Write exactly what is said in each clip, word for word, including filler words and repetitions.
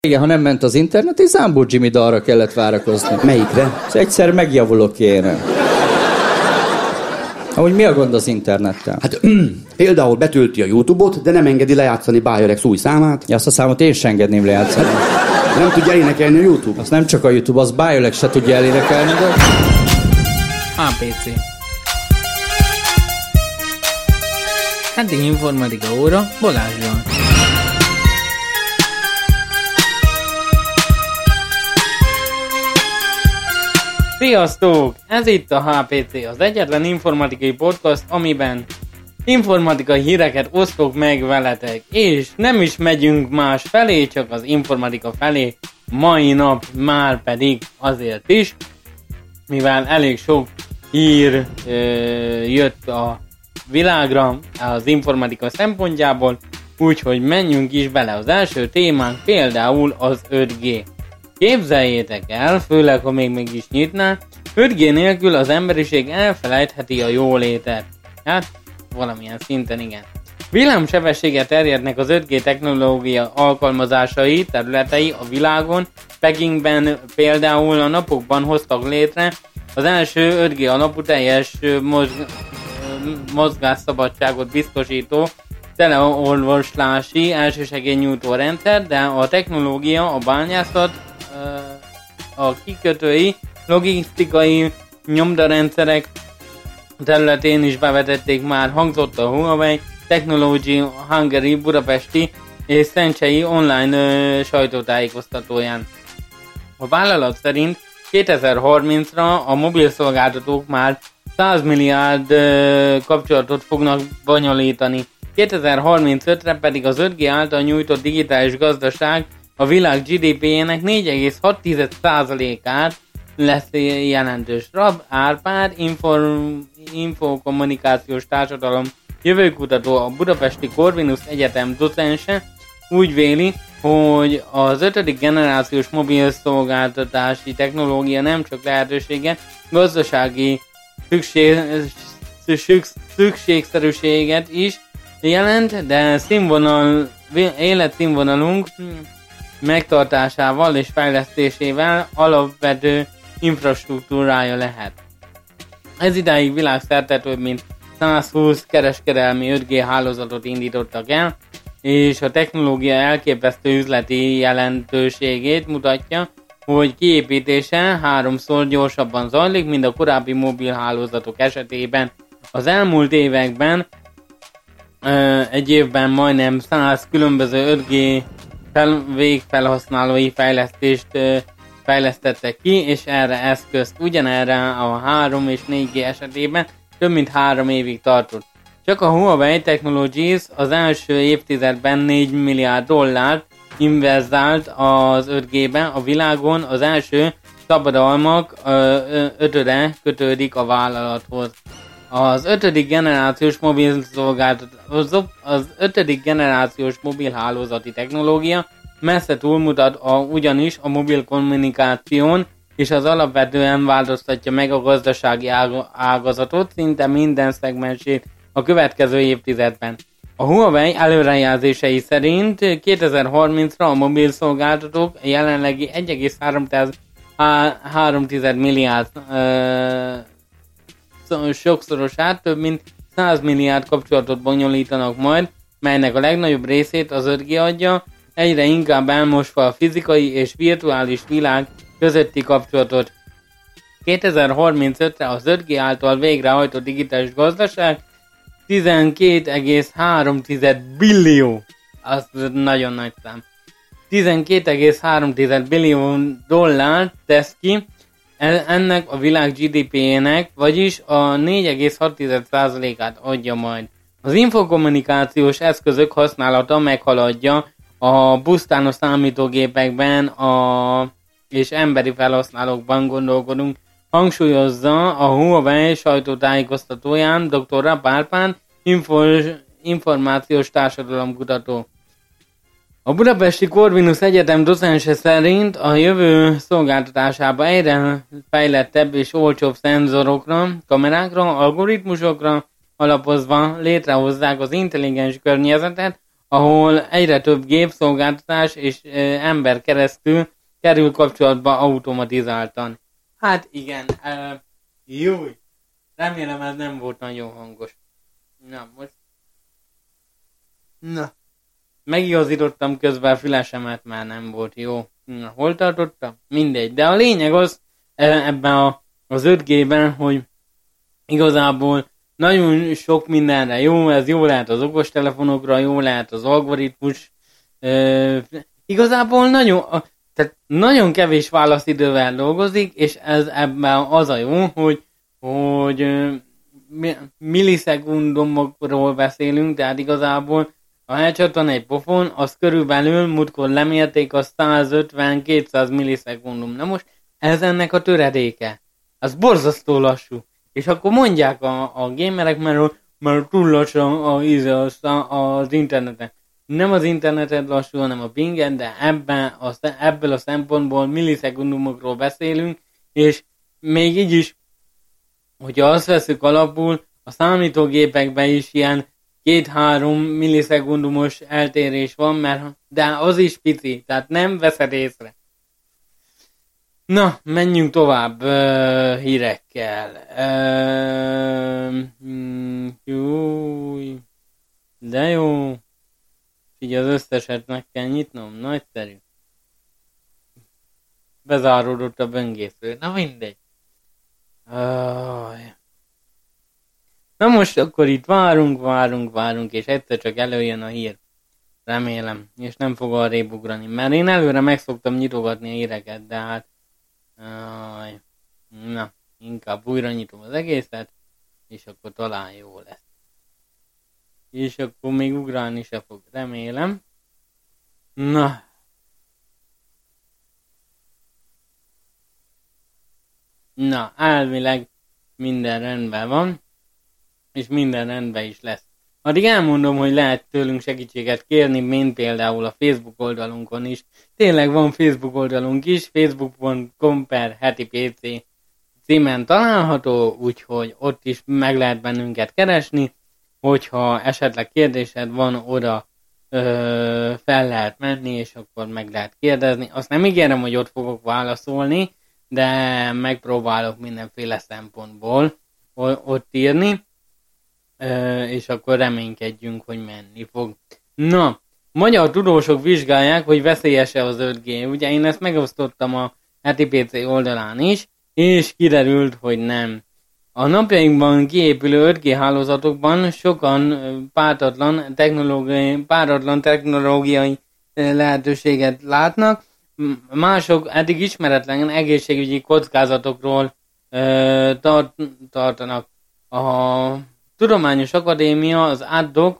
Igen, ha nem ment az internet, és Zámbó Jimmy dalra kellett várakozni. Melyikre? És egyszer megjavulok én. Amúgy mi a gond az internettel? Hát például betölti a YouTube-ot, de nem engedi lejátszani Bájörex új számát. Ja, azt a számot én sem engedném lejátszani. Nem tudja elénekelni a YouTube. Azt nem csak a YouTube, az Bájörex se tudja elénekelni, de... á pé cé. Eddig informatika óra Balázsral. Sziasztok! Ez itt a há pé cé, az egyetlen informatikai podcast, amiben informatikai híreket osztok meg veletek. És nem is megyünk más felé, csak az informatika felé. Mai nap már pedig azért is, mivel elég sok hír ö, jött a világra az informatika szempontjából, úgyhogy menjünk is bele. Az első témánk például az öt gé. Képzeljétek el, főleg ha még meg is nyitná, öt gé nélkül az emberiség elfelejtheti a jólétet. Hát, valamilyen szinten igen. Villámsebességgel terjednek az öt gé technológia alkalmazásai, területei a világon. Pekingben például a napokban hoztak létre az első öt gé alapú teljes mozg- mozgásszabadságot biztosító teleorvoslási elsősegélynyújtó rendszer, de a technológia, a bányászat, a kikötői, logisztikai nyomdarendszerek területén is bevetették már, hangzott a Huawei Technology Hungary budapesti és szentsei online ö, sajtótájékoztatóján. A vállalat szerint kétezer-harmincra a mobilszolgáltatók már száz milliárd ö, kapcsolatot fognak bonyolítani. kétezer-harmincötre pedig az öt gé által nyújtott digitális gazdaság a világ gé dé pé-jének négy egész hat százalékát lesz jelentős. Rab Árpád, inform, infokommunikációs társadalom jövőkutató, a Budapesti Corvinus Egyetem docense úgy véli, hogy az ötödik generációs mobil szolgáltatási technológia nem csak lehetősége, gazdasági szükség, szükség, szükségszerűséget is jelent, de színvonal, életszínvonalunk megtartásával és fejlesztésével alapvető infrastruktúrája lehet. Ez idáig világszerte több mint százhúsz kereskedelmi öt gé hálózatot indítottak el, és a technológia elképesztő üzleti jelentőségét mutatja, hogy kiépítése háromszor gyorsabban zajlik, mint a korábbi mobil hálózatok esetében. Az elmúlt években ö, egy évben majdnem száz különböző öt gé fel, végfelhasználói fejlesztést ö, fejlesztettek ki, és erre eszközt ugyanerre a három és négy gé esetében több mint három évig tartott. Csak a Huawei Technologies az első évtizedben négy milliárd dollárt investált az öt gébe, a világon az első szabadalmak ötöde kötődik a vállalathoz. Az ötödik generációs mobil szolgáltató, az ötödik generációs mobilhálózati technológia messze túlmutat a, ugyanis a mobil kommunikáción, és az alapvetően változtatja meg a gazdasági ágazatot szinte minden szegmensét a következő évtizedben. A Huawei előrejelzései szerint kétezer-harmincra a mobil szolgáltatók jelenlegi egy egész három milliárd ö, sokszorosát, több mint száz milliárd kapcsolatot bonyolítanak majd, melynek a legnagyobb részét az öt gé adja, egyre inkább elmosva a fizikai és virtuális világ közötti kapcsolatot. kétezer-harmincötre az öt gé által végrehajtott digitális gazdaság tizenkét egész három billió, az nagyon nagy szám, tizenkét egész három billió dollár tesz ki, ennek a világ gé dé pé-jének, vagyis a négy egész hat százalékát adja majd. Az infokommunikációs eszközök használata meghaladja a pusztán a számítógépekben a, és emberi felhasználókban gondolkodunk, hangsúlyozza a Huawei sajtótájékoztatóján dr. Rab Árpád, info- információs társadalomkutató. A Budapesti Corvinus Egyetem docense szerint a jövő szolgáltatásába egyre fejlettebb és olcsóbb szenzorokra, kamerákra, algoritmusokra alapozva létrehozzák az intelligens környezetet, ahol egyre több gépszolgáltatás és ö, ember keresztül kerül kapcsolatba automatizáltan. Hát igen, ö, jó. Remélem ez nem volt nagyon hangos. Na, most... Na. Megigazítottam közben a fülesemet, már nem volt jó. Na, hol tartottam? Mindegy. De a lényeg az ebben a, az öt G-ben, hogy igazából nagyon sok mindenre jó, ez jó lehet az okostelefonokra, jó lehet az algoritmus. E, igazából nagyon, tehát nagyon kevés válaszidővel dolgozik, és ez ebben az a jó, hogy, hogy millisekundumokról beszélünk, tehát igazából ha elcsattan egy pofon, az körülbelül múltkor lemérték a százötven-kétszáz millisekundum. Na most ez ennek a töredéke. Az borzasztó lassú. És akkor mondják a, a gamerek, mert, mert túl lassú az, az interneten. Nem az internetet lassú, hanem a pingen, de ebben a, ebből a szempontból millisekundumokról beszélünk, és még így is, hogyha azt veszük alapul, a számítógépekben is ilyen két-három millisekundumos eltérés van, mert, de az is pici, tehát nem veszed észre. Na, menjünk tovább uh, hírekkel. Uh, mm, jó, de jó. Így az összeset meg kell nyitnom, nagyszerű. Bezáródott a böngésző, na mindegy. Uh, Na most akkor itt várunk, várunk, várunk, és egyszer csak előjön a hír. Remélem, és nem fog arrébb ugrani. Mert én előre meg szoktam nyitogatni a híreket, de hát... Aj, na, inkább újra nyitom az egészet, és akkor talán jó lesz. És akkor még ugrálni se fog, remélem. Na. Na, elvileg minden rendben van. És minden rendben is lesz. Addig elmondom, hogy lehet tőlünk segítséget kérni, mint például a Facebook oldalunkon is. Tényleg van Facebook oldalunk is, facebook pont com per heti pé cé címen található, úgyhogy ott is meg lehet bennünket keresni, hogyha esetleg kérdésed van, oda ö, fel lehet menni, és akkor meg lehet kérdezni. Azt nem ígérem, hogy ott fogok válaszolni, de megpróbálok mindenféle szempontból ott írni. Uh, és akkor reménykedjünk, hogy menni fog. Na, magyar tudósok vizsgálják, hogy veszélyes-e az öt G. Ugye én ezt megosztottam a heti pé cé oldalán is, és kiderült, hogy nem. A napjainkban kiépülő öt G hálózatokban sokan pártatlan technológiai, páratlan technológiai lehetőséget látnak, mások eddig ismeretlen egészségügyi kockázatokról uh, tart, tartanak. A Tudományos Akadémia az ad hoc,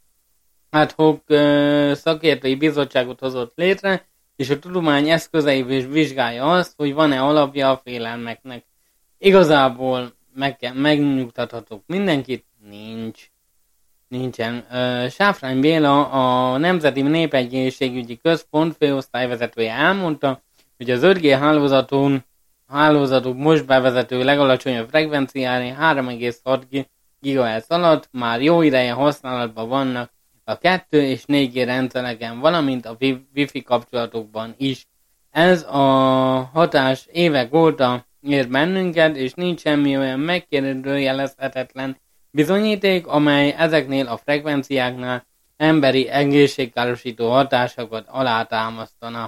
ad hoc uh, szakértői bizottságot hozott létre, és a tudomány eszközeivel is vizsgálja azt, hogy van-e alapja a félelmeknek. Igazából meg kell, megnyugtathatok mindenkit, nincs. Nincsen. Uh, Sáfrány Béla, a Nemzeti Népegészségügyi Központ főosztályvezetője elmondta, hogy az öt G hálózaton, hálózatok most bevezető legalacsonyabb frekvenciája három egész hat gigahertz alatt már jó ideje használatban vannak a kettő és négy G rendszereken, valamint a Wi-Fi kapcsolatokban is. Ez a hatás évek óta ér bennünket, és nincs semmi olyan megkérdőjelezhetetlen bizonyíték, amely ezeknél a frekvenciáknál emberi egészségkárosító hatásokat alátámasztana.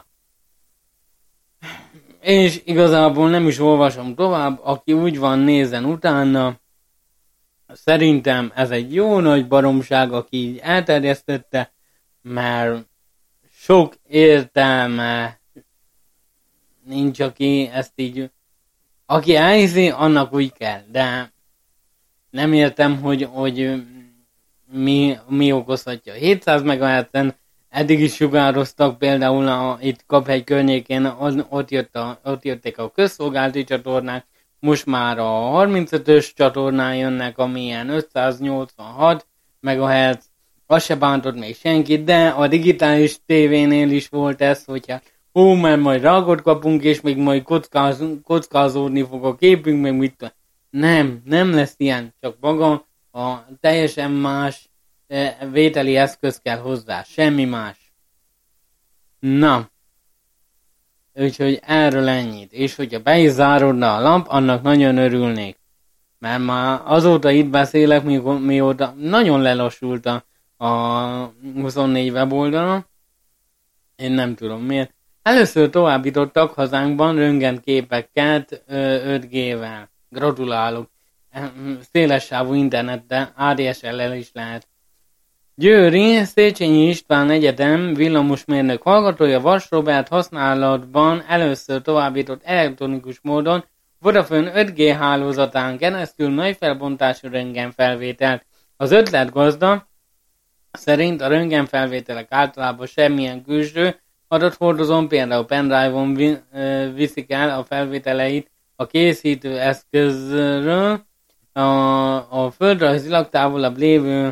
És igazából nem is olvasom tovább, aki úgy van, nézzen utána. Szerintem ez egy jó nagy baromság, aki így elterjesztette, mert sok értelme nincs, aki ezt így, aki elhiszi, annak úgy kell, de nem értem, hogy, hogy mi, mi okozhatja. hétszáz megahertzen eddig is sugároztak, például a, itt Kaphegy környékén ott, jött a, ott jöttek a közszolgálati csatornák, most már a harmincötös csatornán jönnek, amilyen ötszáznyolcvanhat megahertz, az se bántott még senkit, de a digitális tévénél is volt ez, hogyha ó, mert majd rágot kapunk, és még majd kockáz, kockázódni fog a képünk, meg mit. Nem, nem lesz ilyen, csak maga a teljesen más vételi eszköz kell hozzá, semmi más. Na, úgyhogy erről ennyit. És hogyha be is zárodna a lamp, annak nagyon örülnék. Mert már azóta itt beszélek, mióta nagyon lelassult a, a huszonnégy weboldalon. Én nem tudom miért. Először továbbítottak hazánkban röntgenképeket öt G-vel. Gratulálok. Szélessávú internettel, á dé es el-lel is lehet. Győri, Széchenyi István Egyetem villamosmérnök hallgatója Vas Robert használatban először továbbított elektronikus módon Vodafone öt G hálózatán keresztül nagy felbontású röntgenfelvételt. Az ötletgazda szerint a röntgenfelvételek általában semmilyen külső adathordozón, például pendrive-on viszik el a felvételeit a készítő eszközről a, a földrajzilag távolabb lévő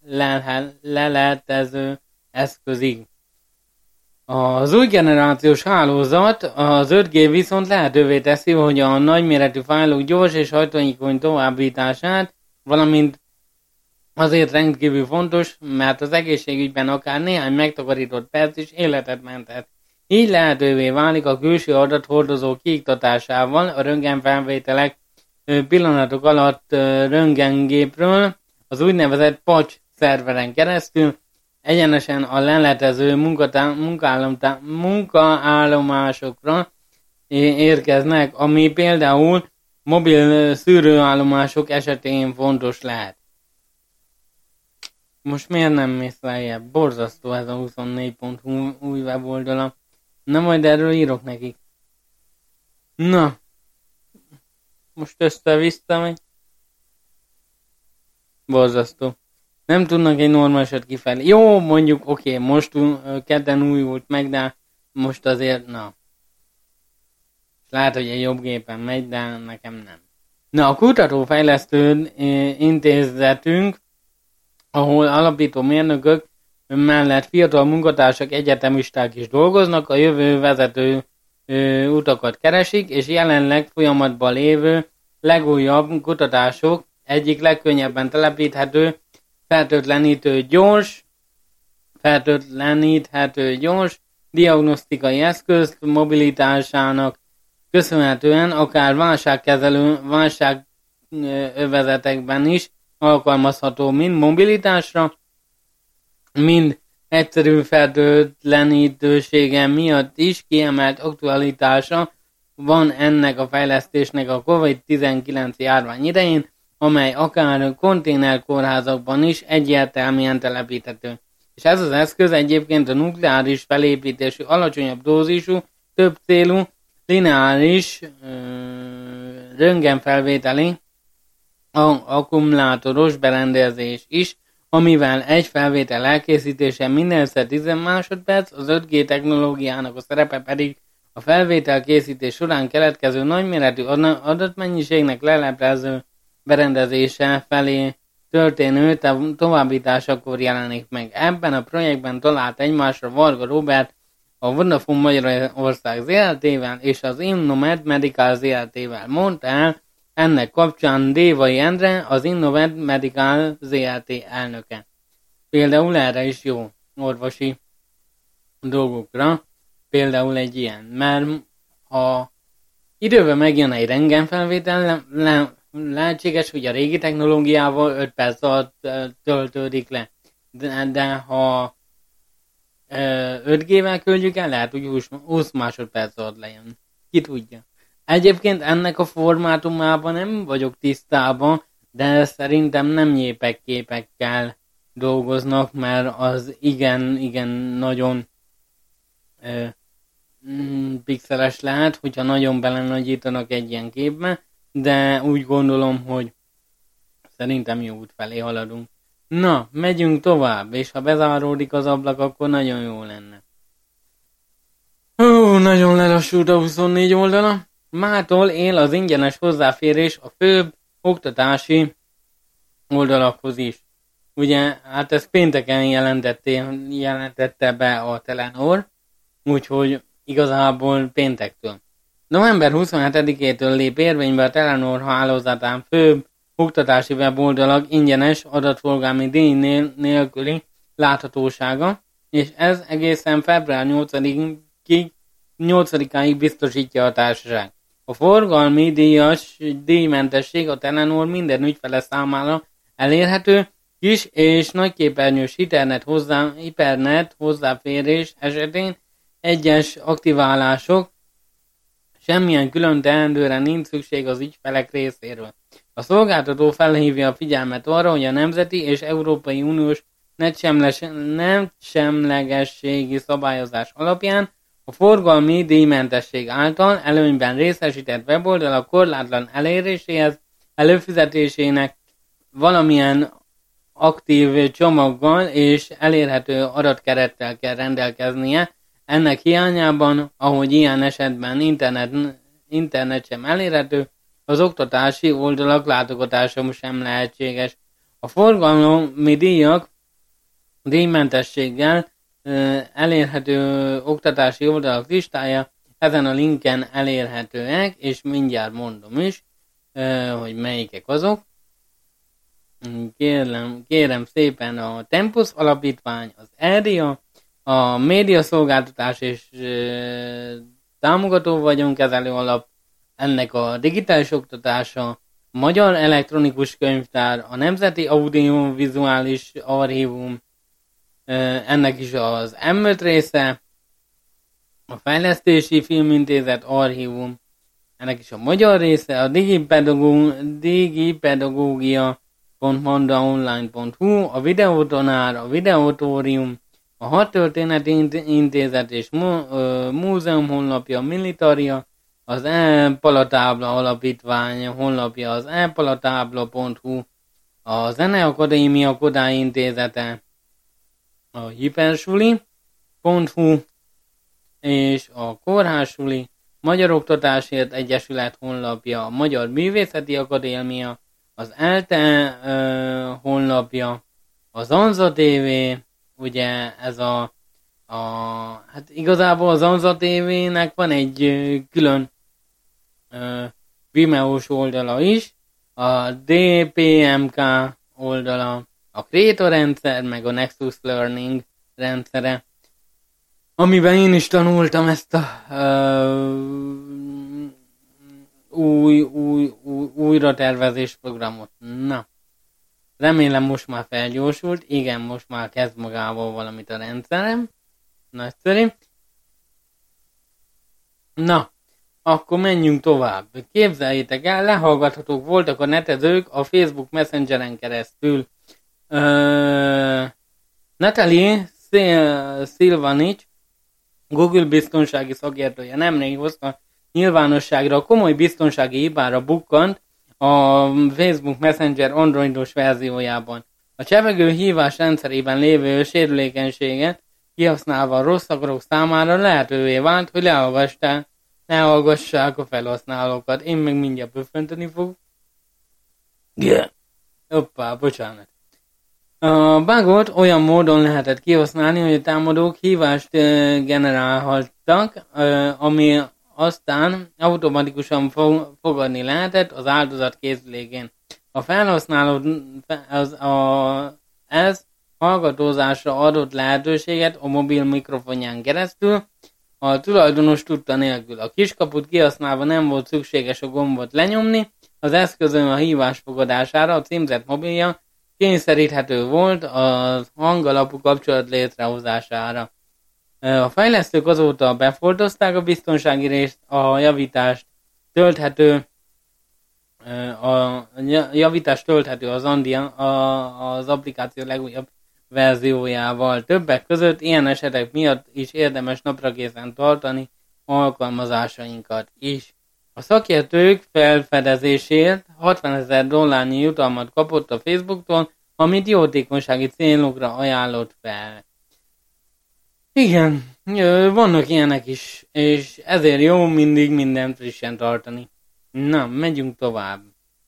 leletező eszközig. Az új generációs hálózat az öt G viszont lehetővé teszi, hogy a nagyméretű fájlok gyors és hajtóikony továbbítását, valamint azért rendkívül fontos, mert az egészségügyben akár néhány megtakarított perc is életet menthet. Így lehetővé válik a külső adathordozó kiiktatásával a röntgenfelvételek pillanatok alatt röntgengépről az úgynevezett patch szerveren keresztül egyenesen a leletező munkaállomásokra érkeznek, ami például mobil szűrőállomások esetén fontos lehet. Most miért nem mész lejjebb? Borzasztó ez a huszonnégy pont hu új weboldala. Na majd erről írok nekik. Na. Most össze-vissza megy. Borzasztó. Nem tudnak egy normálisat kifelé. Jó, mondjuk, oké, okay, most uh, kedden újult meg, de most azért, na. Lehet, hogy egy jobb gépen megy, de nekem nem. Na, a kutatófejlesztő intézetünk, ahol alapító mérnökök mellett fiatal munkatársak, egyetemisták is dolgoznak, a jövő vezető ö, utakat keresik, és jelenleg folyamatban lévő legújabb kutatások egyik legkönnyebben telepíthető, fertőtlenítő gyors, fertőtleníthető gyors diagnosztikai eszköz mobilitásának köszönhetően akár válságkezelő válságövezetekben is alkalmazható mind mobilitásra, mind egyszerű fertőtlenítősége miatt is kiemelt aktualitása van ennek a fejlesztésnek a kovid tizenkilenc járvány idején, amely akár konténerkórházakban is egyértelműen telepíthető. És ez az eszköz egyébként a nukleáris felépítésű, alacsonyabb dózisú, több célú, lineáris röntgenfelvételi akkumulátoros berendezés is, amivel egy felvétel elkészítése mindössze tíz másodperc, az öt G technológiának a szerepe pedig a felvétel készítés során keletkező nagyméretű adatmennyiségnek leleplező berendezése felé történő továbbításakor jelenik meg. Ebben a projektben talált egymásra Varga Robert, a Vodafone Magyarország zé el té-vel és az Innomed Medical zé el té-vel, mondta el ennek kapcsán Dévai Endre, az Innomed Medical zé el té elnöke. Például erre is jó orvosi dolgokra, például egy ilyen, mert ha időben megjön egy röntgenfelvétel, le, le, lehetséges, hogy a régi technológiával öt perc alatt töltődik le, de, de ha öt G-vel küldjük el, lehet, hogy húsz másodperc alatt lejön. Ki tudja. Egyébként ennek a formátumában nem vagyok tisztában, de szerintem nem nyépek képekkel dolgoznak, mert az igen, igen nagyon ö, pixeles lehet, hogyha nagyon belenagyítanak egy ilyen képbe, de úgy gondolom, hogy szerintem jó út felé haladunk. Na, megyünk tovább, és ha bezáródik az ablak, akkor nagyon jó lenne. Hú, nagyon lelassult a huszonnégy oldala. Mától él az ingyenes hozzáférés a főbb oktatási oldalakhoz is. Ugye, hát ezt pénteken jelentette be a Telenor, úgyhogy igazából péntektől. november huszonhetedikétől lép érvénybe a Telenor hálózatán főbb oktatási weboldalak ingyenes adatforgalmi díj nél- nélküli láthatósága, és ez egészen február nyolcadikáig biztosítja a társaság. A forgalmi díjas díjmentesség a Telenor minden ügyfele számára elérhető, kis és nagyképernyős internet, hozzá, internet hozzáférés esetén egyes aktiválások, semmilyen külön teendőre nincs szükség az ügyfelek részéről. A szolgáltató felhívja a figyelmet arra, hogy a nemzeti és Európai Uniós netsemlegességi szabályozás alapján a forgalmi díjmentesség által előnyben részesített weboldalak korlátlan eléréséhez előfizetésének valamilyen aktív csomaggal és elérhető adatkerettel kell rendelkeznie. Ennek hiányában, ahogy ilyen esetben internet, internet sem elérhető, az oktatási oldalak látogatása sem lehetséges. A forgalmi díjak díjmentességgel elérhető oktatási oldalak listája ezen a linken elérhetőek, és mindjárt mondom is, hogy melyikek azok. Kérem, kérem szépen a Tempus Alapítvány, az ERIA, a Médiaszolgáltatás és Támogató Vagyonkezelő Alap, ennek a digitális oktatása, a Magyar Elektronikus Könyvtár, a Nemzeti Audiovizuális Archívum, ennek is az em öt része, a Fejlesztési Filmintézet Archívum, ennek is a magyar része, a digipedagógia pont mandaonline pont hu, a Videótanár, a Videótórium, a Hadtörténeti Intézet és Múzeum honlapja, a Militaria, az E-palatábla Alapítvány honlapja, az e-palatábla pont hu, a Zeneakadémia Kodály Intézete, a hipersuli pont hu és a Kórházsuli, Magyar Oktatásért Egyesület honlapja, a Magyar Művészeti Akadémia, az ELTE uh, honlapja, az Anza té vé, ugye ez a, a hát igazából az Anza té vének van egy uh, külön uh, Vimeo-s oldala is, a dé pé em ká oldala, a Kréta rendszer, meg a Nexus Learning rendszere, amiben én is tanultam ezt a uh, új, új, új, újra tervezés programot. Na, remélem most már felgyorsult, igen, most már kezd magával valamit a rendszerem. Nagyszerű. Na, akkor menjünk tovább. Képzeljétek el, lehallgathatók voltak a netezők a Facebook Messengeren keresztül. Uh, Natalie Silvanic, Google biztonsági szakértője nemrég hozta nyilvánosságra a komoly biztonsági hibára bukkant a Facebook Messenger androidos verziójában. A csevegő hívás rendszerében lévő sérülékenységet kihasználva a rossz akarok számára lehetővé vált, hogy lehallgassák a felhasználókat. Én meg mindjárt pöffenteni fogok. Yeah. Hoppá, bocsánat. A bugot olyan módon lehetett kihasználni, hogy a támadók hívást e, generálhattak, e, ami aztán automatikusan fogadni lehetett az áldozat készülékén. A felhasználó az, a, ez hallgatózásra adott lehetőséget a mobil mikrofonján keresztül, a tulajdonos tudta nélkül. A kiskaput kihasználva nem volt szükséges a gombot lenyomni, az eszközön a hívás fogadására a címzett mobilja kényszeríthető volt a hangalapú kapcsolat létrehozására. A fejlesztők azóta befoltozták a biztonsági részt, a javítást tölthető a javítást tölthető az Andia, a, az applikáció legújabb verziójával. Többek között ilyen esetek miatt is érdemes naprakészen tartani alkalmazásainkat is. A szakértők felfedezésért hatvanezer dollárnyi jutalmat kapott a Facebooktól, amit jótékonysági célokra ajánlott fel. Igen, vannak ilyenek is, és ezért jó mindig mindent frissen tartani. Na, megyünk tovább.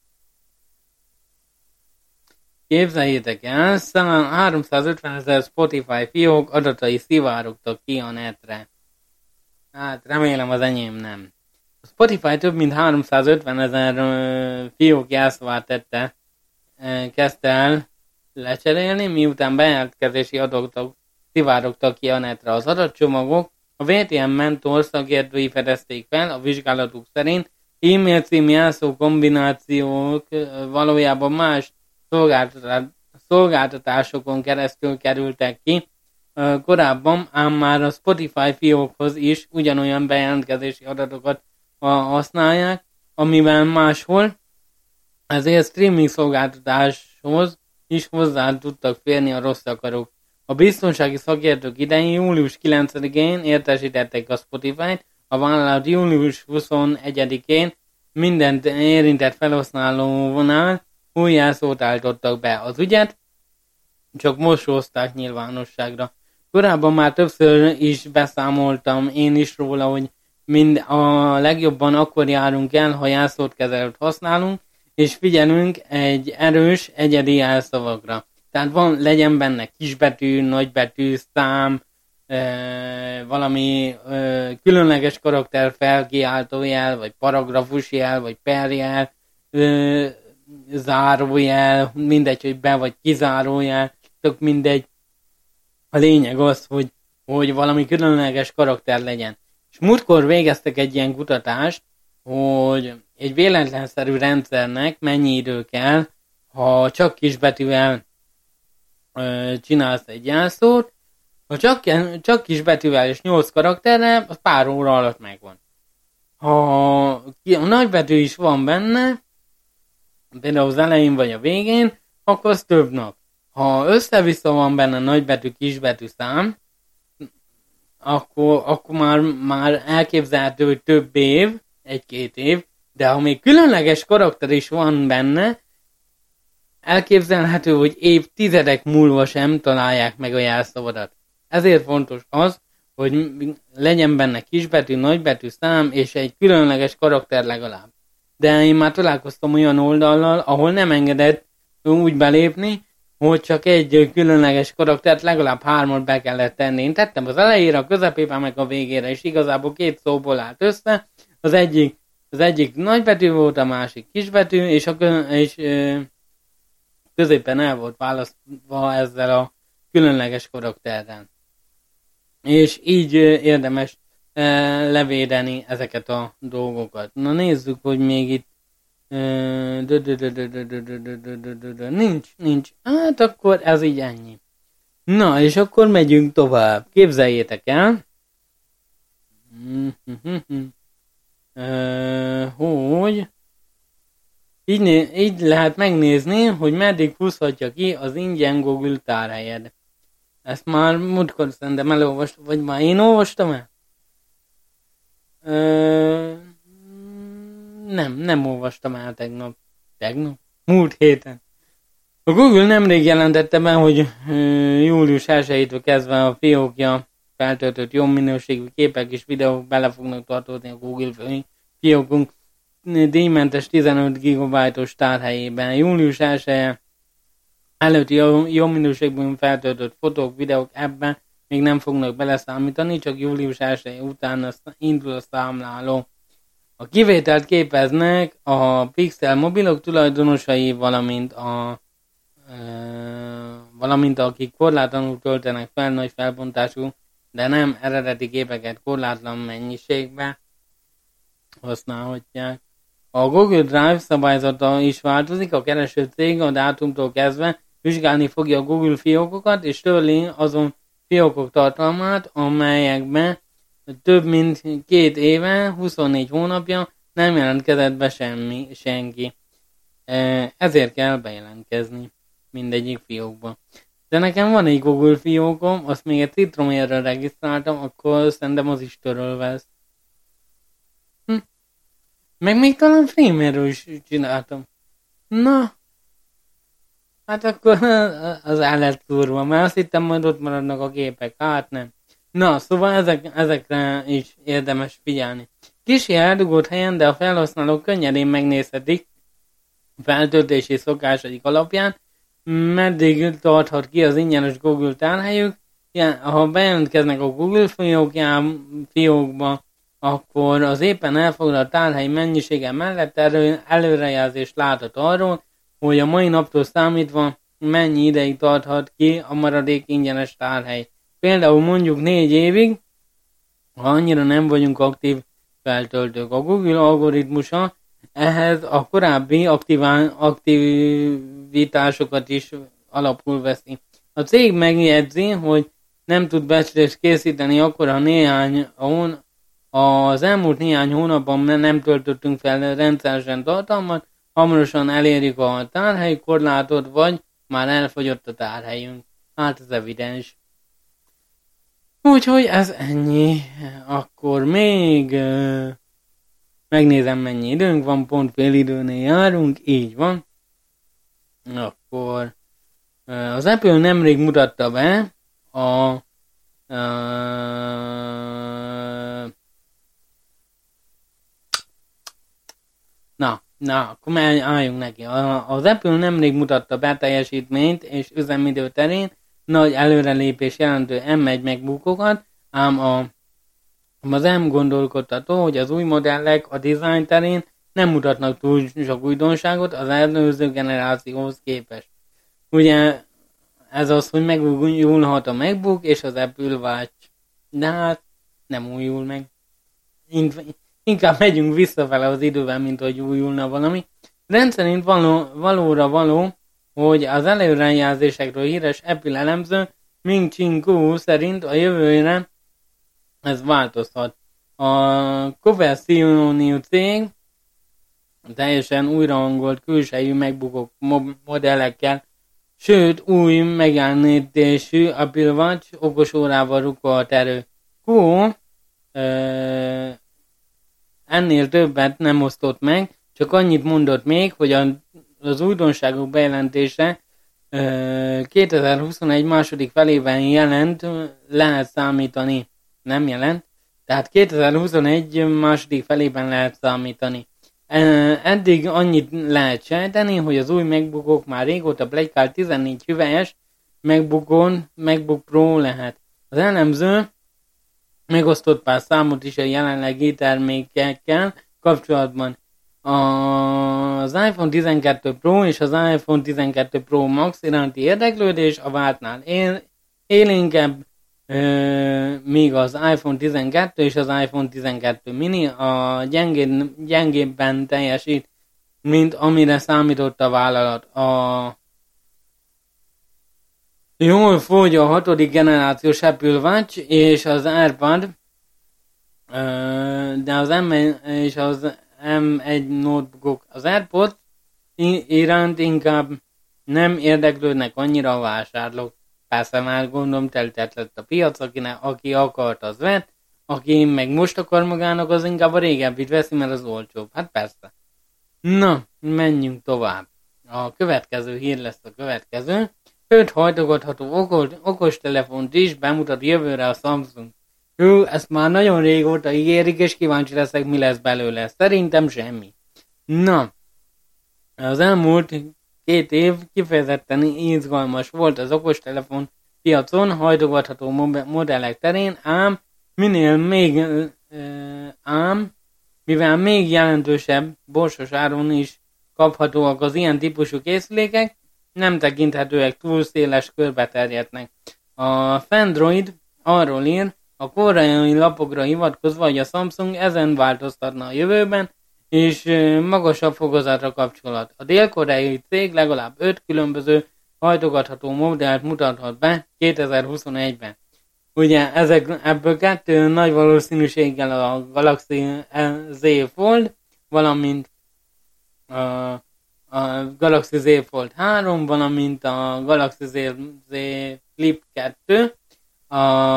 Képzeljétek el, háromszázötven ezer Spotify fiók adatai szivárogtak ki a netre. Hát remélem az enyém nem. A Spotify több mint háromszázötven ezer uh, fiók jelszavát tette kezdte el lecserélni, miután bejelentkezési adatok szivárogtak ki a netre. Az adatcsomagok a vé té em Mentor szakértői fedezték fel, a vizsgálatuk szerint e-mail cím jelszó kombinációk valójában más szolgáltatásokon keresztül kerültek ki korábban, ám már a Spotify fiókhoz is ugyanolyan bejelentkezési adatokat használják, amivel máshol, ezért streaming szolgáltatáshoz is hozzá tudtak férni a rossz akarók. A biztonsági szakértők idején július kilencedikén értesítették a Spotify-t, a vállalat július huszonegyedikén mindent érintett felhasználónál új jelszót állítottak be. Az ügyet csak most hozták nyilvánosságra. Korábban már többször is beszámoltam én is róla, hogy mind a legjobban akkor járunk el, ha jelszót kezelőt használunk, és figyelünk egy erős, egyedi jelszavakra. Tehát van, legyen benne kisbetű, nagybetű, szám, e, valami e, különleges karakter felkiáltójel, vagy paragrafusjel, vagy perjel, e, zárójel, mindegy, hogy be vagy kizárójel, tök mindegy. A lényeg az, hogy, hogy valami különleges karakter legyen. És múltkor végeztek egy ilyen kutatást, hogy egy véletlenszerű rendszernek mennyi idő kell, ha csak kisbetűvel ö, csinálsz egy jelszót, ha csak, csak kisbetűvel és nyolc karakterrel, az pár óra alatt megvan. Ha a nagybetű is van benne, például az elején vagy a végén, akkor az több nap. Ha össze-vissza van benne nagybetű, kisbetű szám, akkor, akkor már, már elképzelhető, hogy több év, egy-két év, de ha még különleges karakter is van benne, elképzelhető, hogy évtizedek múlva sem találják meg a jelszavadat. Ezért fontos az, hogy legyen benne kisbetű, nagybetű szám és egy különleges karakter legalább. De én már találkoztam olyan oldallal, ahol nem engedett úgy belépni, hogy csak egy különleges karaktert legalább hármat be kellett tenni. Én tettem az elejére, a közepében, meg a végére, és igazából két szóból állt össze. Az egyik, az egyik nagybetű volt, a másik kisbetű, és, a kö, és ö, középen el volt választva ezzel a különleges karakterrel. És így ö, érdemes ö, levédeni ezeket a dolgokat. Na nézzük, hogy még itt Nincs, nincs. Hát akkor ez így ennyi. Na, és akkor megyünk tovább. Képzeljétek el, hogy így, né- így lehet megnézni, hogy meddig húzhatja ki az ingyen Google tárhelyed. Ezt már múltkor szerintem elolvastam, vagy már én olvastam el? Ö... Nem, nem olvastam el tegnap. Tegnap? Múlt héten. A Google nemrég jelentette be, hogy július elsejétől kezdve a fiókja feltöltött jó minőségű képek és videók bele fognak tartozni a Google fiókunk díjmentes tizenöt gigabájtos tárhelyében. július elseje előtti jó, jó minőségben feltöltött fotók, videók ebben még nem fognak beleszámítani, csak július elseje után indul a számláló. A kivételt képeznek a Pixel mobilok tulajdonosai, valamint a e, valamint akik korlátlanul töltenek fel nagy felbontású, de nem eredeti képeket korlátlan mennyiségbe használhatják. A Google Drive szabályzata is változik, a kereső cég a dátumtól kezdve vizsgálni fogja a Google fiókokat, és törli azon fiókok tartalmát, amelyekben több mint két éve, huszonnégy hónapja nem jelentkezett be semmi, senki. Ezért kell bejelentkezni mindegyik fiókba. De nekem van egy Google fiókom, azt még egy Citromérre regisztráltam, akkor szerintem az is törölve lesz. Hm. Meg még talán Framerről is csináltam. Na, hát akkor az el lett szúrva, mert azt hittem majd ott maradnak a képek, hát nem. Na, szóval ezek, ezekre is érdemes figyelni. Kicsi eldugott helyen, de a felhasználók könnyedén megnézhetik feltöltési szokásaik alapján, meddig tarthat ki az ingyenes Google tárhelyük. Ja, ha bejelentkeznek a Google fiókján, fiókba, akkor az éppen elfoglalt tárhely mennyisége mellett elő, előrejelzést láthat arról, hogy a mai naptól számítva mennyi ideig tarthat ki a maradék ingyenes tárhely. Például mondjuk négy évig, ha annyira nem vagyunk aktív feltöltők. A Google algoritmusa ehhez a korábbi aktiván, aktivitásokat is alapul veszi. A cég megjegyzi, hogy nem tud becslést készíteni akkor, ha néhány hón, az elmúlt néhány hónapban nem töltöttünk fel rendszeresen tartalmat, hamarosan elérjük a tárhelyi korlátot, vagy már elfogyott a tárhelyünk. Hát ez evidens. Úgyhogy ez ennyi. Akkor még uh, megnézem, mennyi időnk van, pont fél időnél járunk, így van. Akkor uh, az Apple nemrég mutatta be a uh, na, na, akkor már álljunk neki. A, az Apple nemrég mutatta be teljesítményt és üzemidő terén nagy előrelépés jelentő em egy MacBookokat, ám a, az M gondolkodtató, hogy az új modellek a design terén nem mutatnak túl sok újdonságot az előző generációhoz képest. Ugye ez az, hogy megújulhat a MacBook és az Apple Watch. De hát nem újul meg. Inkább megyünk visszafele az időben, mint hogy újulna valami. Rendszerint való, valóra való, hogy az előrejelzésekről híres Apple elemző Ming-Chin Kuo szerint a jövőre ez változhat. A Covercioniu cég teljesen újrahangolt külsejű MacBookok modellekkel, sőt új megjelenítésű Apple Watch okosórával rukkolt elő. Kuo euh, ennél többet nem osztott meg, csak annyit mondott még, hogy a, az újdonságok bejelentése euh, kétezer-huszonegy második felében jelent, lehet számítani. Nem jelent, tehát kétezer-huszonegy második felében lehet számítani. Eddig annyit lehet sejteni, hogy az új MacBookok már régóta pletykált tizennégy hüvelyes MacBookon MacBook Pro lehet. Az elemző megosztott pár számot is a jelenlegi termékekkel kapcsolatban. Az iPhone tizenkettő Pro és az iPhone tizenkettő Pro Max iránti érdeklődés a vártnál él, élénkebb, Ö, míg az iPhone tizenkettő és az iPhone tizenkettő mini a gyengébb, gyengébben teljesít, mint amire számított a vállalat. A jól fogy a hatodik generációs Apple Watch és az AirPod, ö, de az M és az em egy notebook, az AirPod iránt inkább nem érdeklődnek annyira a vásárlók. Persze már gondolom teltett lett a piac, akinek, aki akart, az vett, aki meg most akar magának, az inkább a régebbit veszi, mert az olcsóbb. Hát persze. Na, menjünk tovább. A következő hír lesz a következő. öt hajtogatható okos, okostelefont is bemutat jövőre a Samsung. Hú, ezt már nagyon régóta ígérik, és kíváncsi leszek, mi lesz belőle. Szerintem semmi. Na, az elmúlt két év kifejezetten izgalmas volt az okostelefon piacon, hajtogatható modellek terén, ám minél még, ám mivel még jelentősebb borsos áron is kaphatóak az ilyen típusú készülékek, nem tekinthetőek túl széles körbe terjednek. A Fandroid arról ír, a koreai lapokra hivatkozva, hogy a Samsung ezen változtatna a jövőben, és magasabb fokozatra kapcsolat. A dél-koreai cég legalább öt különböző hajtogatható modellt mutathat be kétezer-huszonegyben. Ugye ezek, ebből kettő nagy valószínűséggel a Galaxy Z Fold, valamint a, a Galaxy Z Fold három, valamint a Galaxy Z, Z Flip kettő. A,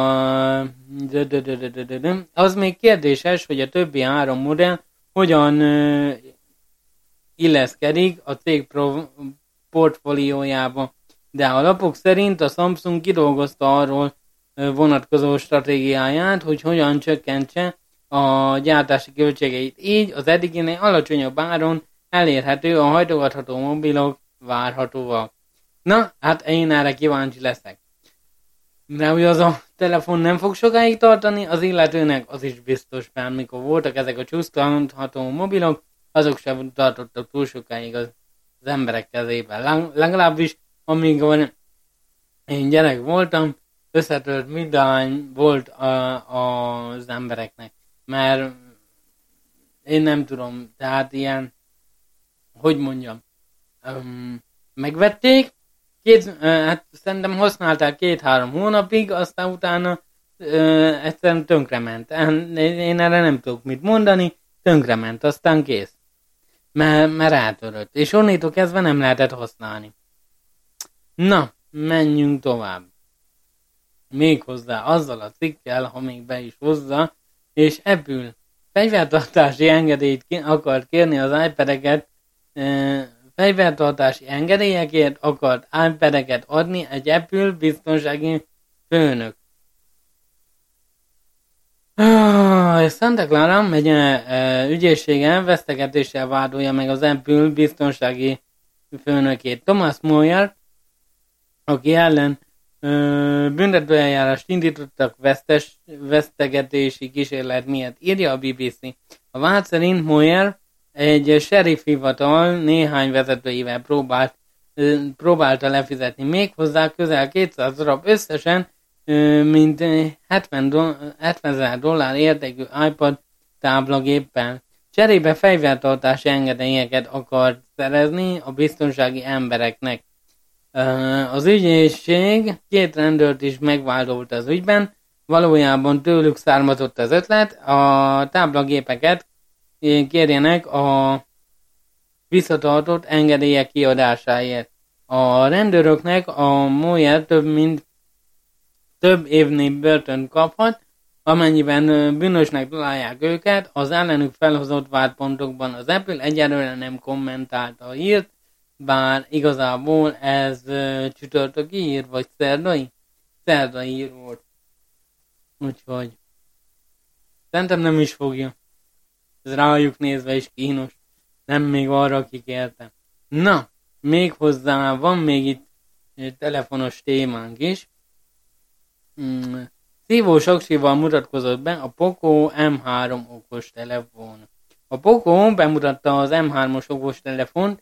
az még kérdéses, hogy a többi három modell hogyan uh, illeszkedik a cég pro- portfóliójába. De a lapok szerint a Samsung kidolgozta arról uh, vonatkozó stratégiáját, hogy hogyan csökkentse a gyártási költségeit. Így az eddiginél alacsonyabb áron elérhető a hajtogatható mobilok várhatóak. Na, hát én erre kíváncsi leszek. De hogy az a telefon nem fog sokáig tartani, az illetőnek az is biztos, mert mikor voltak ezek a csúsztatható mobilok, azok sem tartottak túl sokáig. Az az emberek kezében. Leg- legalábbis amíg van, én gyerek voltam, összetört minden volt a, a, az embereknek. Mert én nem tudom, tehát ilyen, hogy mondjam, um, megvették, két, uh, hát szerintem használták két-három hónapig, aztán utána uh, egyszerűen tönkrement. Én, én erre nem tudok mit mondani, tönkrement, aztán kész. Mert, mert eltörött. És onnitól kezdve nem lehetett használni. Na, menjünk tovább. Méghozzá azzal a cikkel, ha még be is hozza, és Apple fegyvertartási engedélyt akart kérni az iPad-eket, e, fegyvertartási engedélyekért akart iPad-eket adni egy Apple biztonsági főnök. Ah, Santa Clara megye e, ügyészsége vesztegetéssel vádolja meg az Apple biztonsági főnökét. Thomas Moyer, aki ellen büntetőeljárást indítottak vesztes, vesztegetési kísérlet miatt, írja a bé bé cé. A vád szerint Moyer egy sheriff hivatal néhány vezetőivel próbált, próbálta lefizetni méghozzá közel kétszáz darab összesen, mint hetvenezer dollár értékű iPad táblagéppel. Cserébe fegyvertartási engedélyeket akart szerezni a biztonsági embereknek. Az ügyészség két rendőrt is megvádolt az ügyben, valójában tőlük származott az ötlet, a táblagépeket kérjenek a visszatartott engedélyek kiadásáért. A rendőröknek a Moyer több mint több évnyi börtön kaphat, amennyiben bűnösnek találják őket, az ellenük felhozott vádpontokban az Apple egyelőre nem kommentálta a hírt, bár igazából ez uh, csütörtöki hír, vagy szerdai? Szerdai hír volt. Úgyhogy szerintem nem is fogja. Ez rájuk nézve is kínos. Nem még arra kikértem. Na, még hozzá van még itt egy telefonos témánk is. Mm. Szívós aksival mutatkozott be a Poco em három okos telefon. A Poco bemutatta az em hármas okos telefont,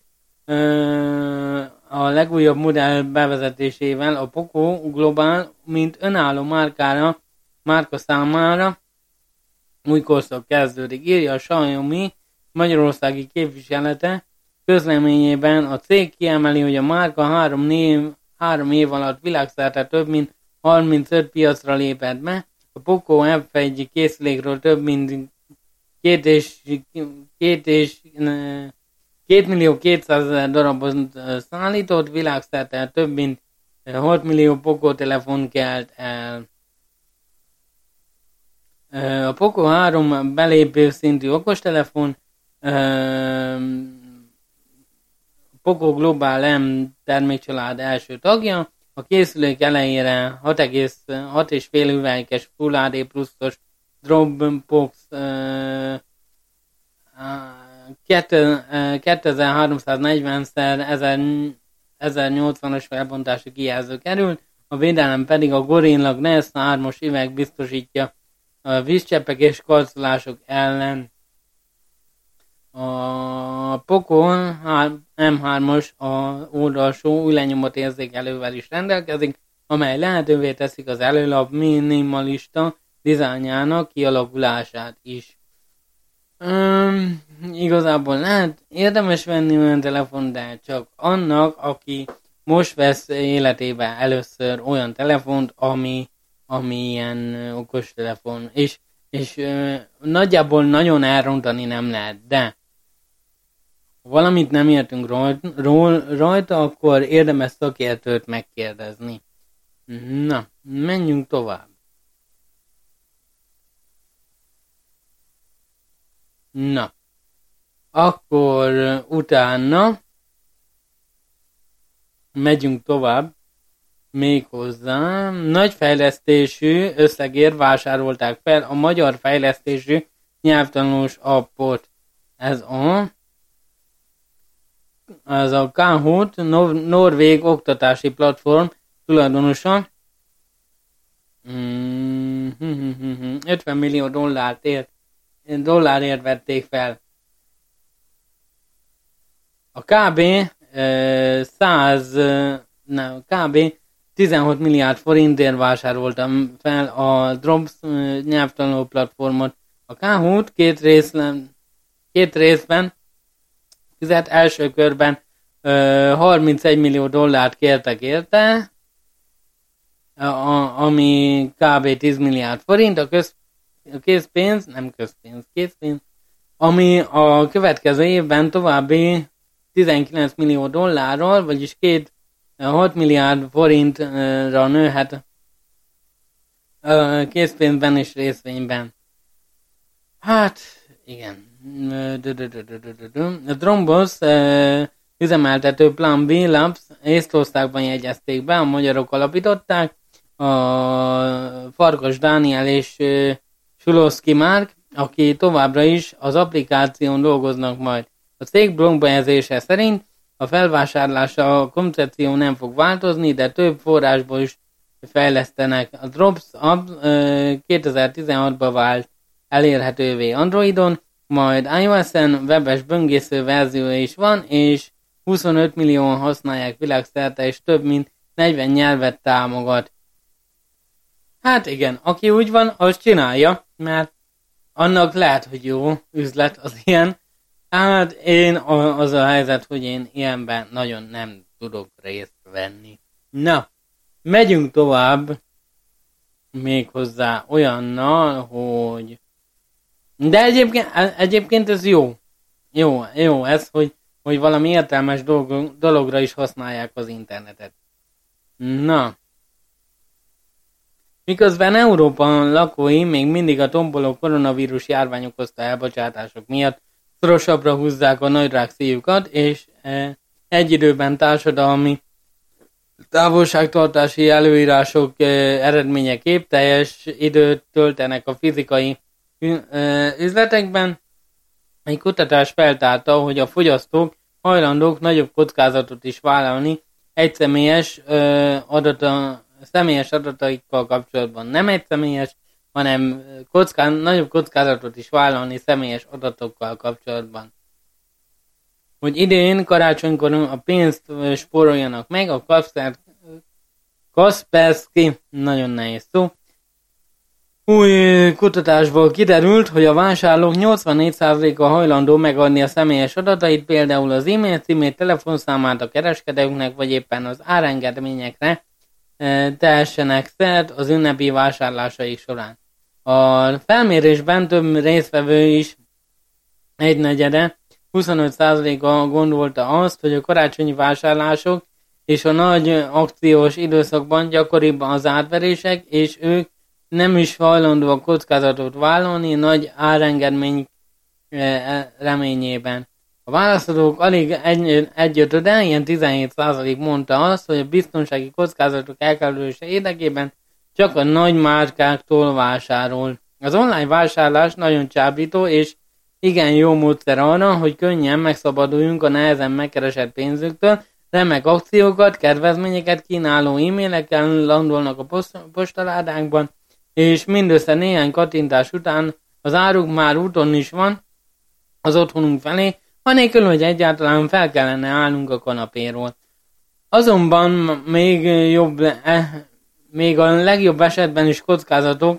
a legújabb modell bevezetésével a Poco Global, mint önálló márkára, márka számára új korszak kezdődik, írja a Xiaomi magyarországi képviselete. Közleményében a cég kiemeli, hogy a márka három, név, három év alatt világszerte több mint harmincöt piacra lépett be. A Poco ef egy készülékről több mint két és, két és két millió kétszázezer darabot szállított, világszerte több mint hat millió Poco telefon kelt el. A Poco három belépő szintű okostelefon, Poco Global M termékcsalád első tagja, a készülék elejére hat egész hat és fél üveges Full há dé pluszos Dropbox kétezer-háromszáznegyven szer ezernyolcvanas felbontású kijelző kerül, a védelem pedig a Gorilla Glass hármas üveg biztosítja a vízcseppek és karcolások ellen. A Poco em hármas a oldalsó új lenyomott érzékelővel is rendelkezik, amely lehetővé teszik az előlap minimalista dizájnjának kialakulását is. Um, igazából lehet érdemes venni olyan telefon, de csak annak, aki most vesz életébe először olyan telefont, ami, ami ilyen okostelefon, és, és uh, nagyjából nagyon elrontani nem lehet, de ha valamit nem értünk rajta, rajta, akkor érdemes szakértőt megkérdezni. Na, menjünk tovább. Na, akkor utána megyünk tovább, méghozzá nagy fejlesztésű összegért vásárolták fel a magyar fejlesztésű nyelvtanulós appot. Ez a ez a Kahoot, nor- norvég oktatási platform tulajdonosa. Mm-hmm. ötven millió dollárt ért dollárért vették fel. A kb. száz, nem, kb. tizenhat milliárd forintért vásároltam fel a Drops nyelvtanuló platformot. A Kahoot két, részlen, két részben fizet, első körben ö, harmincegy millió dollárt kértek érte, a, ami kb. tíz milliárd forint, a, köz, a készpénz, nem közpénz, készpénz, ami a következő évben további tizenkilenc millió dollárral, vagyis két hat milliárd forintra nőhet készpénzben és részvényben. Hát, igen. A Drombos üzemeltető Plan B Labs Észtországban jegyezték be, a magyarok alapították, a Farkas Dániel és Suloszki Márk, aki továbbra is az applikáción dolgoznak majd. A cég blogbejegyzése szerint a felvásárlása a koncepció nem fog változni, de több forrásból is fejlesztenek. A Drops app kétezer-tizenhatban vált elérhetővé Androidon, majd iOS-en webes böngésző verziója is van, és huszonöt millióan használják világszerte, és több mint negyven nyelvet támogat. Hát igen, aki úgy van, az csinálja, mert annak lehet, hogy jó üzlet az ilyen. Hát én az a helyzet, hogy én ilyenben nagyon nem tudok részt venni. Na, megyünk tovább méghozzá olyannal, hogy... De egyébként, egyébként ez jó. Jó, jó ez, hogy, hogy valami értelmes dolog, dologra is használják az internetet. Na. Miközben Európa lakói még mindig a tomboló koronavírus járvány okozta elbocsátások miatt szorosabbra húzzák a nagyrák szíjukat, és e, egy időben társadalmi távolságtartási előírások e, eredményeképp teljes időt töltenek a fizikai e, üzletekben. Egy kutatás feltárta, hogy a fogyasztók hajlandók nagyobb kockázatot is vállalni egyszemélyes e, adata, személyes adataikkal kapcsolatban. Nem egyszemélyes, hanem kockán, nagyobb kockázatot is vállalni személyes adatokkal kapcsolatban. Hogy idén karácsonykor a pénzt spóroljanak meg, a Kaspersky, nagyon nehéz szó, új kutatásból kiderült, hogy a vásárlók nyolcvannégy százaléka hajlandó megadni a személyes adatait, például az e-mail címét, telefonszámát a kereskedőknek, vagy éppen az árengedményekre tehessenek szert az ünnepi vásárlásaik során. A felmérésben több résztvevő is egynegyede, huszonöt százaléka gondolta azt, hogy a karácsonyi vásárlások és a nagy akciós időszakban gyakoribb az átverések, és ők nem is hajlandóak kockázatot vállalni nagy árengedmény reményében. A válaszadók alig egy, egyötöde, ilyen tizenhét százalék mondta azt, hogy a biztonsági kockázatok elkerülése érdekében csak a nagy márkáktól vásárol. Az online vásárlás nagyon csábító, és igen jó módszer arra, hogy könnyen megszabaduljunk a nehezen megkeresett pénzüktől, remek akciókat, kedvezményeket kínáló e-mailekkel landolnak a postaládánkban, és mindössze néhány kattintás után az áruk már úton is van az otthonunk felé, anélkül, hogy egyáltalán fel kellene állnunk a kanapéról. Azonban még jobb, eh, még a legjobb esetben is kockázatok,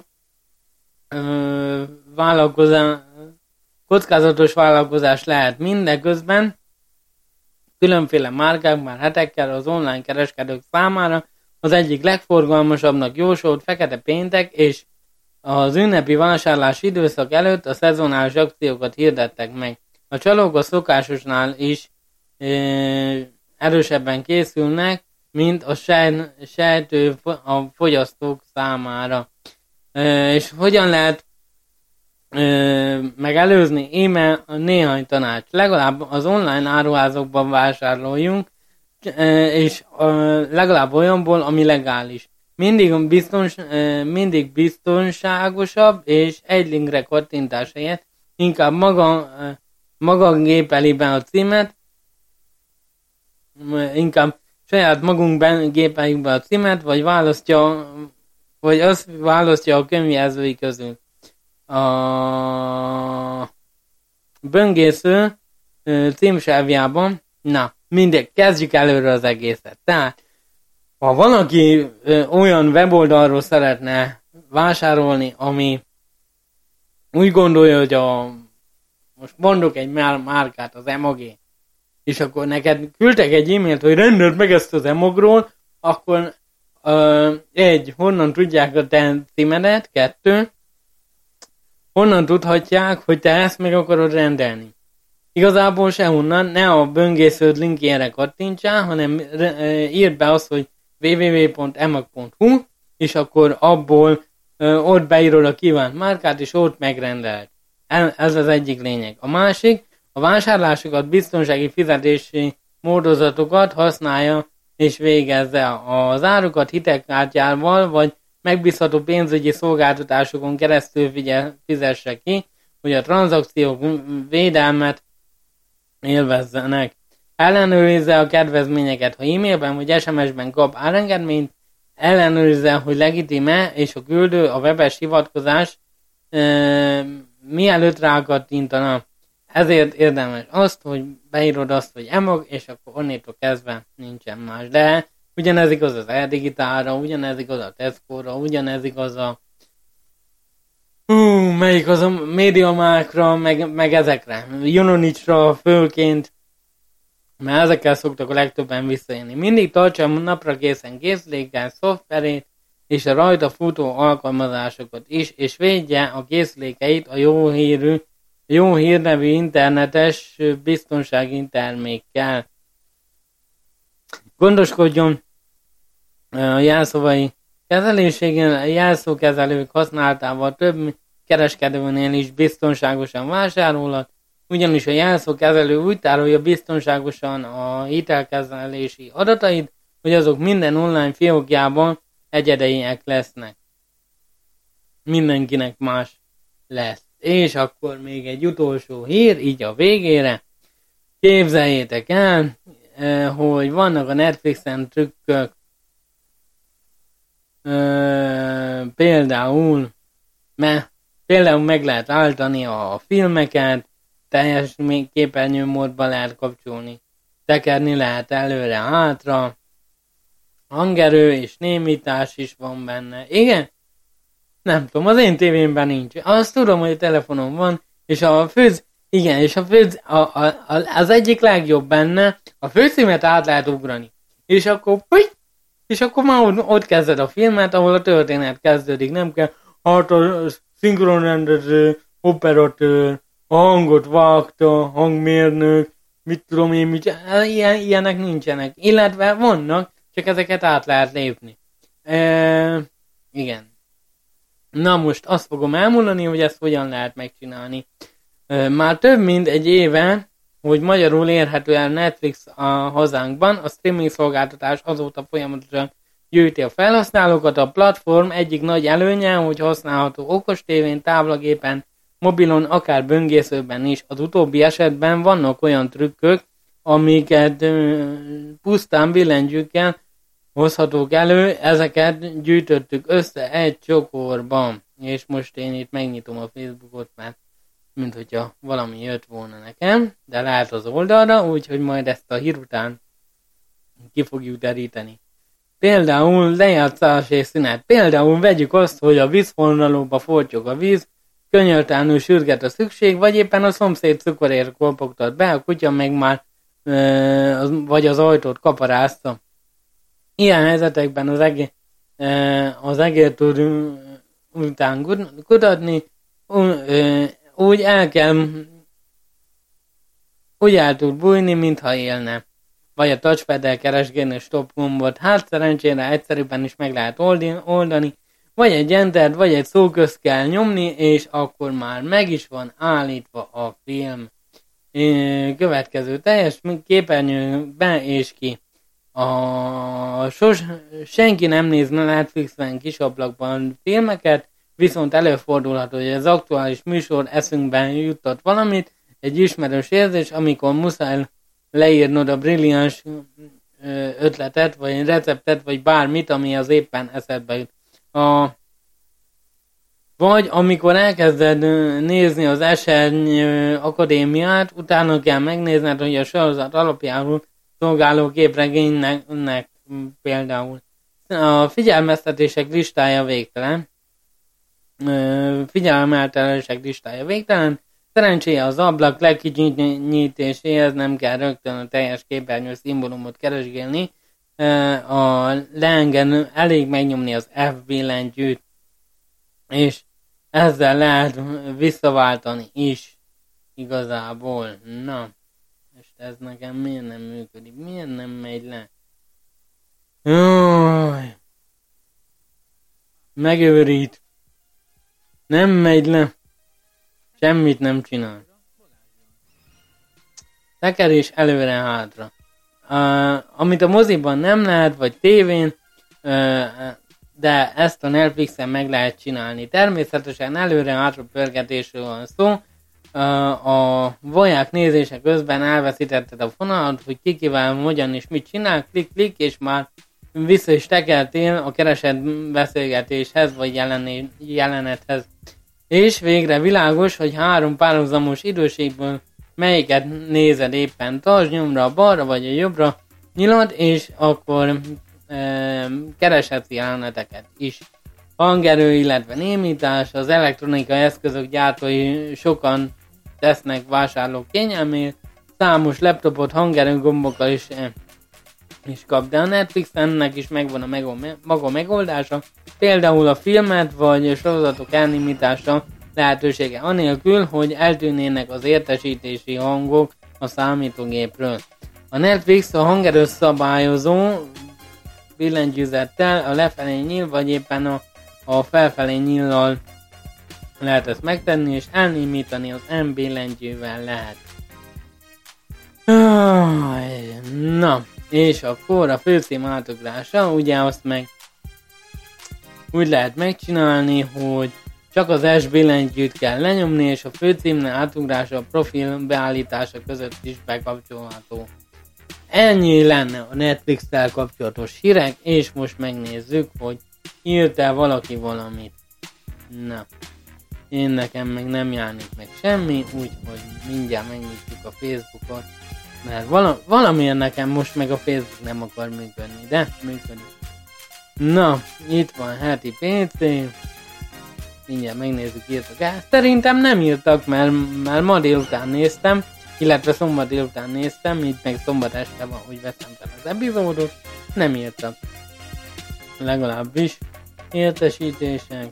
ö, vállalkozás, kockázatos vállalkozás lehet mindeközben. Különféle márkák már hetekkel az online kereskedők számára az egyik legforgalmasabbnak jósolt Fekete Péntek és az ünnepi vásárlás időszak előtt a szezonális akciókat hirdettek meg. A csalók a szokásosnál is e, erősebben készülnek, mint a sejt, sejtő a fogyasztók számára. E, és hogyan lehet e, megelőzni? Íme néhány tanács. Legalább az online áruházakban vásároljunk, e, és e, legalább olyanból, ami legális. Mindig, biztons, e, mindig biztonságosabb, és egy linkre kattintás helyett inkább maga e, maga gépeli be a címet, inkább saját magunk gépeljük be a címet, vagy választja, vagy azt választja a könyvjelzői közül. A böngésző címsávjában, na, mindegy, kezdjük előre az egészet. Tehát, ha valaki ö, olyan weboldalról szeretne vásárolni, ami úgy gondolja, hogy a, most mondok egy márkát, az Emogé, és akkor neked küldtek egy e-mailt, hogy rendeld meg ezt az Emogról, akkor ö, egy, honnan tudják a te címedet, kettő, honnan tudhatják, hogy te ezt meg akarod rendelni. Igazából sehonnan, ne a böngésződ linkjére kattintsál, hanem írd be azt, hogy double-u double-u double-u pont emag pont hu, és akkor abból ö, ott beírod a kívánt márkát, és ott megrendeled. Ez az egyik lényeg. A másik, a vásárlásokat, biztonsági fizetési módozatokat használja és végezze. Az árukat hitelkártyával, vagy megbízható pénzügyi szolgáltatásokon keresztül figyel, fizesse ki, hogy a tranzakciók védelmet élvezzenek. Ellenőrizze a kedvezményeket, ha e-mailben vagy es em es-ben kap árengedményt, ellenőrizze, hogy legitime és a küldő a webes hivatkozás e, mielőtt rákattintana. Ezért érdemes azt, hogy beírod azt, hogy emag, és akkor onnétól kezdve nincsen más. De ugyanez igaz az e-digitálra, ugyanez igaz a Tesco-ra, ugyanez igaz a hú, melyik az a Mediamarktra, meg, meg ezekre. Unonicsra főként, mert ezekkel szoktak a legtöbben visszaélni. Mindig tartsa napra készen készülékkel szoftverét, és a rajta futó alkalmazásokat is, és védje a készülékeit a jó hírű, jó hírnevű internetes biztonsági termékkel. Gondoskodjon a jelszavai kezelésében, a jelszókezelők használatával több kereskedőnél is biztonságosan vásárolhat, ugyanis a jelszókezelő úgy tárolja biztonságosan a hitelkezelési adatait, hogy azok minden online fiókjában egyedeiek lesznek. Mindenkinek más lesz. És akkor még egy utolsó hír, így a végére. Képzeljétek el, hogy vannak a Netflixen trükkök, például, mert például meg lehet állítani a filmeket, teljes képernyőmódba lehet kapcsolni, tekerni lehet előre-hátra, hangerő és némítás is van benne. Igen? Nem tudom, az én tévémben nincs. Azt tudom, hogy a telefonon van, és a főz... Igen, és a főz... A, a, a, az egyik legjobb benne, a főcímet át lehet ugrani. És akkor... Hogy? És akkor már ott, ott kezded a filmet, ahol a történet kezdődik. Nem kell, hát a szinkronrendező, operatőr, a hangot vágta, hangmérnök, mit tudom én, mit, ilyen, ilyenek nincsenek. Illetve vannak, csak ezeket át lehet lépni. E, igen. Na most azt fogom elmondani, hogy ezt hogyan lehet megcsinálni. E, már több mint egy éve, hogy magyarul érhető el Netflix a hazánkban, a streaming szolgáltatás azóta folyamatosan gyűjti a felhasználókat. A platform egyik nagy előnye, hogy használható okostévén, táblagépen, mobilon, akár böngészőben is. Az utóbbi esetben vannak olyan trükkök, amiket ö, pusztán billentyűkkel hozhatók elő, ezeket gyűjtöttük össze egy csokorban. És most én itt megnyitom a Facebookot, mert mint hogyha valami jött volna nekem, de lehet az oldalra, úgyhogy majd ezt a hír után ki fogjuk deríteni. Például lejátszás és szünet. Például vegyük azt, hogy a vízforralóba fortyog a víz, könyörtelenül sürget a szükség, vagy éppen a szomszéd cukorért kolpogtat be, a kutya meg már ö, vagy az ajtót kaparázta. Ilyen helyzetekben az, egé, ö, az egér tud után kutatni, ö, úgy el kell, úgy el tud bújni, mintha élne. Vagy a touchpaddel keresgélni a stop gombot. Hát szerencsére egyszerűbben is meg lehet oldani, vagy egy entert, vagy egy szóközt kell nyomni, és akkor már meg is van állítva a film. Következő teljes képernyő be és ki. A sos, senki nem néz Netflixen kis ablakban filmeket, viszont előfordulhat, hogy az aktuális műsor eszünkben juttat valamit, egy ismerős érzés, amikor muszáj leírnod a brilliáns ötletet, vagy receptet, vagy bármit, ami az éppen eszedbe jut. A, vagy amikor elkezded nézni az Eserny Akadémiát, utána kell megnézned, hogy a sorozat alapjául szolgáló képregénynek például. A figyelmeztetések listája végtelen. Figyelemeltelések listája végtelen. Szerencséje az ablak legkinyítéséhez nem kell rögtön a teljes képernyő szimbólumot keresgélni. A lehengen elég megnyomni az F billentyűt, és ezzel lehet visszaváltani is igazából. Na, és ez nekem miért nem működik? Miért nem megy le? Jaj. Megőrít. Nem megy le. Semmit nem csinál. Tekerés előre-hátra. Uh, amit a moziban nem lehet, vagy tévén, uh, de ezt a Netflixen meg lehet csinálni. Természetesen előre-hátra pörgetésről van szó. Uh, a voják nézése közben elveszítetted a fonalat, hogy ki kivel, hogyan és mit csinál, klik-klik, és már vissza is tekertél a keresett beszélgetéshez, vagy jelen- jelenethez. És végre világos, hogy három párhuzamos időségből melyiket nézed éppen. Tartsd nyomra a balra vagy a jobbra nyilat, és akkor e, kereshetsz jeleneteket is. Hangerő, illetve némítás, az elektronikai eszközök gyártói sokan tesznek vásárlók kényelmét, számos laptopot hangerő gombokkal is, e, is kap, de a Netflixennek is megvan a meg, maga megoldása, például a filmet vagy sorozatok elnémítása lehetősége anélkül, hogy eltűnnének az értesítési hangok a számítógépről. A Netflix a hangerő szabályozó billentyűzettel a lefelé nyíl, vagy éppen a, a felfelé nyíllal lehet ezt megtenni, és elnémítani az M billentyűvel lehet. Na, és akkor a főcím átugrása, ugye azt meg úgy lehet megcsinálni, hogy csak az S billentyűt kell lenyomni, és a főcímnél átugrása a profil beállítása között is bekapcsolható. Ennyi lenne a Netflix-tel kapcsolatos hírek, és most megnézzük, hogy írt-e valaki valamit. Na, én nekem meg nem járnik meg semmi, úgyhogy mindjárt megnyitjuk a Facebookot, mert vala, valamiért nekem most meg a Facebook nem akar működni, de működik. Na, itt van heti pé cé. Mindjárt megnézzük, írtak el. Szerintem nem írtak, mert már ma délután néztem, illetve szombat délután néztem, itt meg szombat este van, hogy veszem fel az epizódot. Nem írtak. Legalábbis értesítések.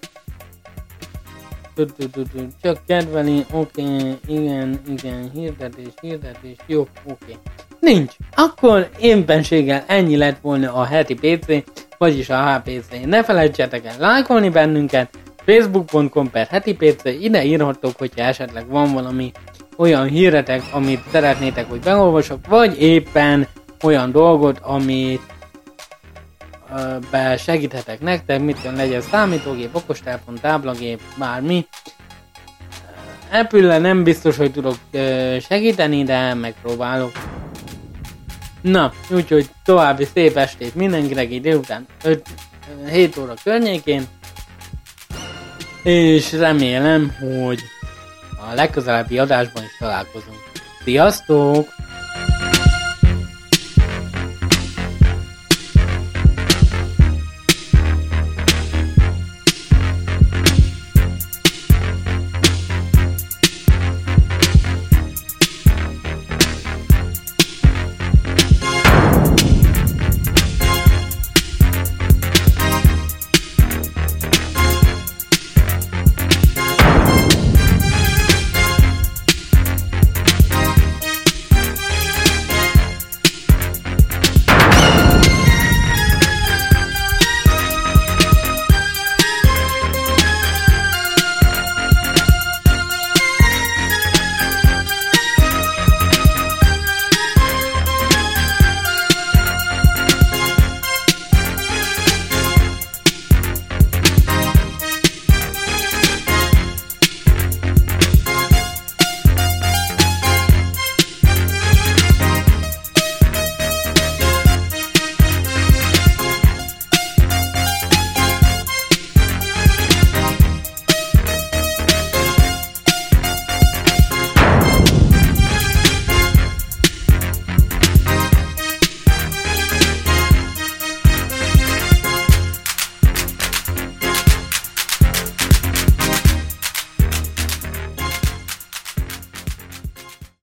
Csak kedveli, oké, okay, igen, igen, hirdetés, hirdetés, jó, oké. Okay. Nincs. Akkor énpenséggel ennyi lett volna a heti pé cé, vagyis a há pé cé. Ne felejtsetek el lájkolni bennünket, facebook pont com per heti pé cé, ide írhattok, hogyha esetleg van valami olyan híretek, amit szeretnétek, hogy beolvasok, vagy éppen olyan dolgot, amit ö, be segíthetek nektek, mit kell legyen számítógép, okostelefon, táblagép, bármi. Apple-le nem biztos, hogy tudok ö, segíteni, de megpróbálok. Na, úgyhogy további szép estét mindenkinek, így délután hét óra környékén, és remélem, hogy a legközelebbi adásban is találkozunk. Sziasztok!